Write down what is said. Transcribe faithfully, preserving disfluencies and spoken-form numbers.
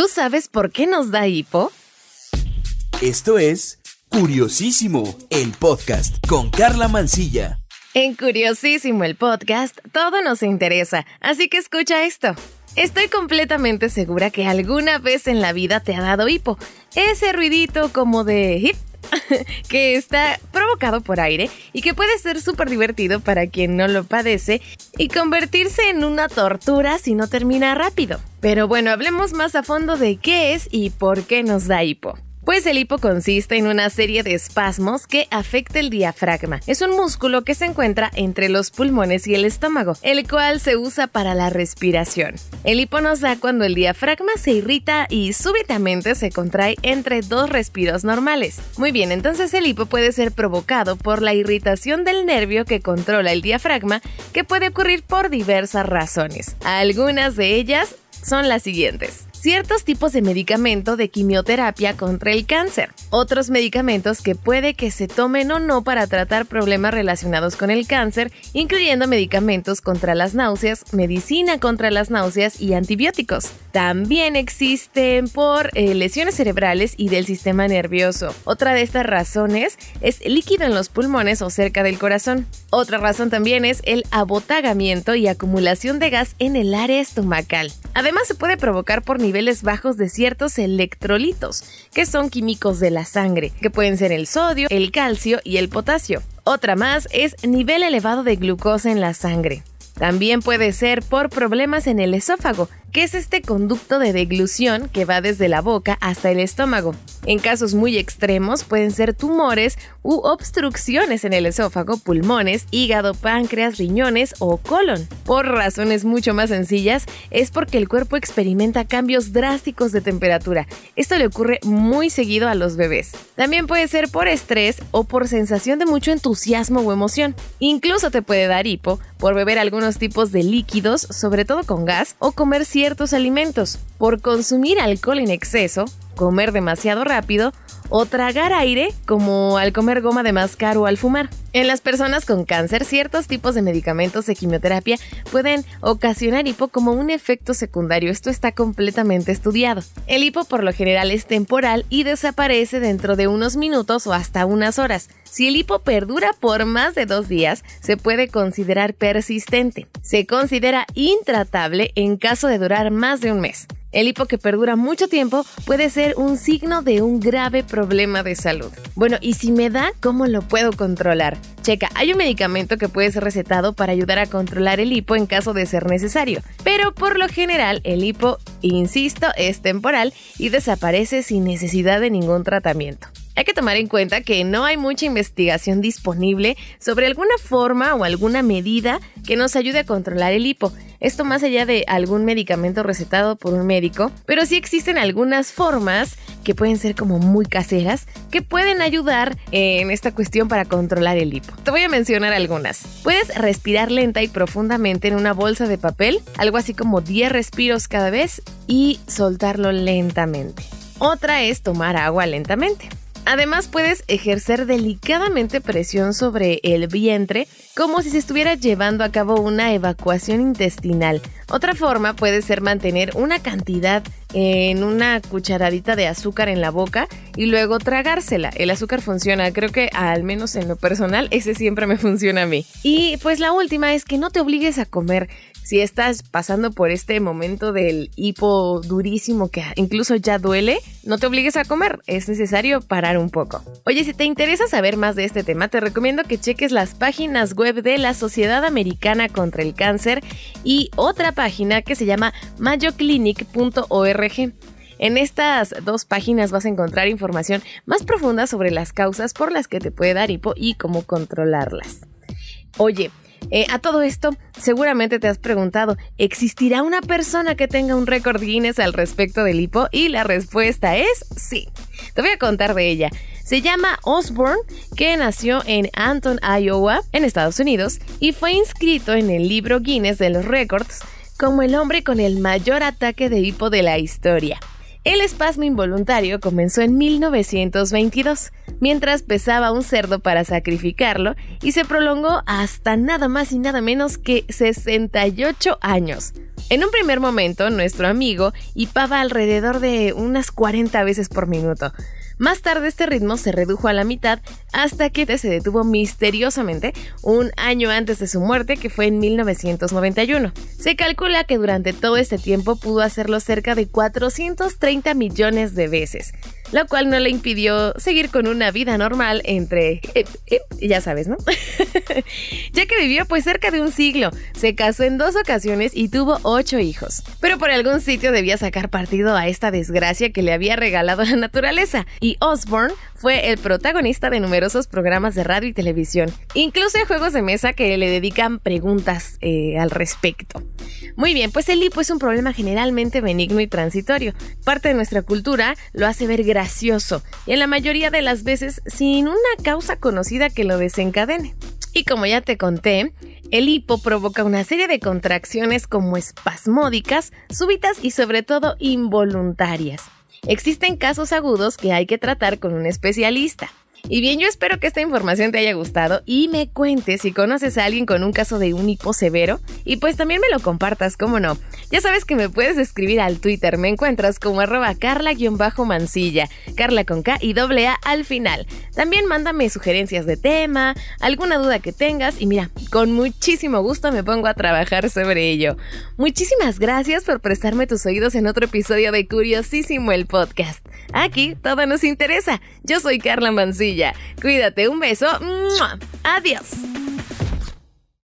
¿Tú sabes por qué nos da hipo? Esto es Curiosísimo, el podcast con Carla Mancilla. En Curiosísimo, el podcast, todo nos interesa, así que escucha esto. Estoy completamente segura que alguna vez en la vida te ha dado hipo. Ese ruidito como de hip que está provocado por aire y que puede ser súper divertido para quien no lo padece y convertirse en una tortura si no termina rápido. Pero bueno, hablemos más a fondo de qué es y por qué nos da hipo. Pues el hipo consiste en una serie de espasmos que afecta el diafragma. Es un músculo que se encuentra entre los pulmones y el estómago, el cual se usa para la respiración. El hipo nos da cuando el diafragma se irrita y súbitamente se contrae entre dos respiros normales. Muy bien, entonces el hipo puede ser provocado por la irritación del nervio que controla el diafragma, que puede ocurrir por diversas razones. Algunas de ellas son las siguientes. Ciertos tipos de medicamento de quimioterapia contra el cáncer. Otros medicamentos que puede que se tomen o no para tratar problemas relacionados con el cáncer, incluyendo medicamentos contra las náuseas, medicina contra las náuseas y antibióticos. También existen por eh, lesiones cerebrales y del sistema nervioso. Otra de estas razones es líquido en los pulmones o cerca del corazón. Otra razón también es el abotagamiento y acumulación de gas en el área estomacal. Además, se puede provocar por niveles bajos de ciertos electrolitos, que son químicos de la sangre, que pueden ser el sodio, el calcio y el potasio. Otra más es nivel elevado de glucosa en la sangre. También puede ser por problemas en el esófago, que es este conducto de deglución que va desde la boca hasta el estómago. En casos muy extremos pueden ser tumores u obstrucciones en el esófago, pulmones, hígado, páncreas, riñones o colon. Por razones mucho más sencillas, es porque el cuerpo experimenta cambios drásticos de temperatura. Esto le ocurre muy seguido a los bebés. También puede ser por estrés o por sensación de mucho entusiasmo o emoción. Incluso te puede dar hipo por beber algunos tipos de líquidos, sobre todo con gas, o comer ciertos alimentos, por consumir alcohol en exceso, comer demasiado rápido o tragar aire, como al comer goma de mascar o al fumar. En las personas con cáncer, ciertos tipos de medicamentos de quimioterapia pueden ocasionar hipo como un efecto secundario. Esto está completamente estudiado. El hipo por lo general es temporal y desaparece dentro de unos minutos o hasta unas horas. Si el hipo perdura por más de dos días, se puede considerar persistente. Se considera intratable en caso de durar más de un mes. El hipo que perdura mucho tiempo puede ser un signo de un grave problema de salud. Bueno, y si me da, ¿cómo lo puedo controlar? Checa, hay un medicamento que puede ser recetado para ayudar a controlar el hipo en caso de ser necesario, pero por lo general el hipo, insisto, es temporal y desaparece sin necesidad de ningún tratamiento. Hay que tomar en cuenta que no hay mucha investigación disponible sobre alguna forma o alguna medida que nos ayude a controlar el hipo. Esto más allá de algún medicamento recetado por un médico, pero sí existen algunas formas que pueden ser como muy caseras que pueden ayudar en esta cuestión para controlar el hipo. Te voy a mencionar algunas. Puedes respirar lenta y profundamente en una bolsa de papel, algo así como diez respiros cada vez y soltarlo lentamente. Otra es tomar agua lentamente. Además, puedes ejercer delicadamente presión sobre el vientre como si se estuviera llevando a cabo una evacuación intestinal. Otra forma puede ser mantener una cantidad en una cucharadita de azúcar en la boca y luego tragársela. El azúcar funciona, creo que al menos en lo personal, ese siempre me funciona a mí. Y pues la última es que no te obligues a comer. Si estás pasando por este momento del hipo durísimo que incluso ya duele, no te obligues a comer, es necesario parar un poco. Oye, si te interesa saber más de este tema, te recomiendo que cheques las páginas web de la Sociedad Americana contra el Cáncer y otra página que se llama mayo clinic punto org. En estas dos páginas vas a encontrar información más profunda sobre las causas por las que te puede dar hipo y cómo controlarlas. Oye, Eh, a todo esto, seguramente te has preguntado, ¿existirá una persona que tenga un récord Guinness al respecto del hipo? Y la respuesta es sí. Te voy a contar de ella. Se llama Osborne, que nació en Anton, Iowa, en Estados Unidos, y fue inscrito en el libro Guinness de los récords como el hombre con el mayor ataque de hipo de la historia. El espasmo involuntario comenzó en mil novecientos veintidós, mientras pesaba un cerdo para sacrificarlo, y se prolongó hasta nada más y nada menos que sesenta y ocho años. En un primer momento, nuestro amigo hipaba alrededor de unas cuarenta veces por minuto. Más tarde este ritmo se redujo a la mitad hasta que se detuvo misteriosamente un año antes de su muerte, que fue en mil novecientos noventa y uno. Se calcula que durante todo este tiempo pudo hacerlo cerca de cuatrocientos treinta millones de veces, lo cual no le impidió seguir con una vida normal entre... Eh, eh, ya sabes, ¿no? Ya que vivió pues cerca de un siglo, se casó en dos ocasiones y tuvo ocho hijos. Pero por algún sitio debía sacar partido a esta desgracia que le había regalado la naturaleza, y Osborne fue el protagonista de numerosos programas de radio y televisión. Incluso hay juegos de mesa que le dedican preguntas eh, al respecto. Muy bien, pues el hipo es un problema generalmente benigno y transitorio. Parte de nuestra cultura lo hace ver gracioso, y en la mayoría de las veces sin una causa conocida que lo desencadene. Y como ya te conté, el hipo provoca una serie de contracciones como espasmódicas, súbitas y sobre todo involuntarias. Existen casos agudos que hay que tratar con un especialista. Y bien, yo espero que esta información te haya gustado y me cuentes si conoces a alguien con un caso de un hipo severo, y pues también me lo compartas, ¿cómo no? Ya sabes que me puedes escribir al Twitter, me encuentras como arroba carla-mansilla, Carla con K y doble A al final. También mándame sugerencias de tema, alguna duda que tengas y mira, con muchísimo gusto me pongo a trabajar sobre ello. Muchísimas gracias por prestarme tus oídos en otro episodio de Curiosísimo el Podcast. Aquí todo nos interesa. Yo soy Carla Mansilla. Cuídate, un beso. ¡Mua! Adiós.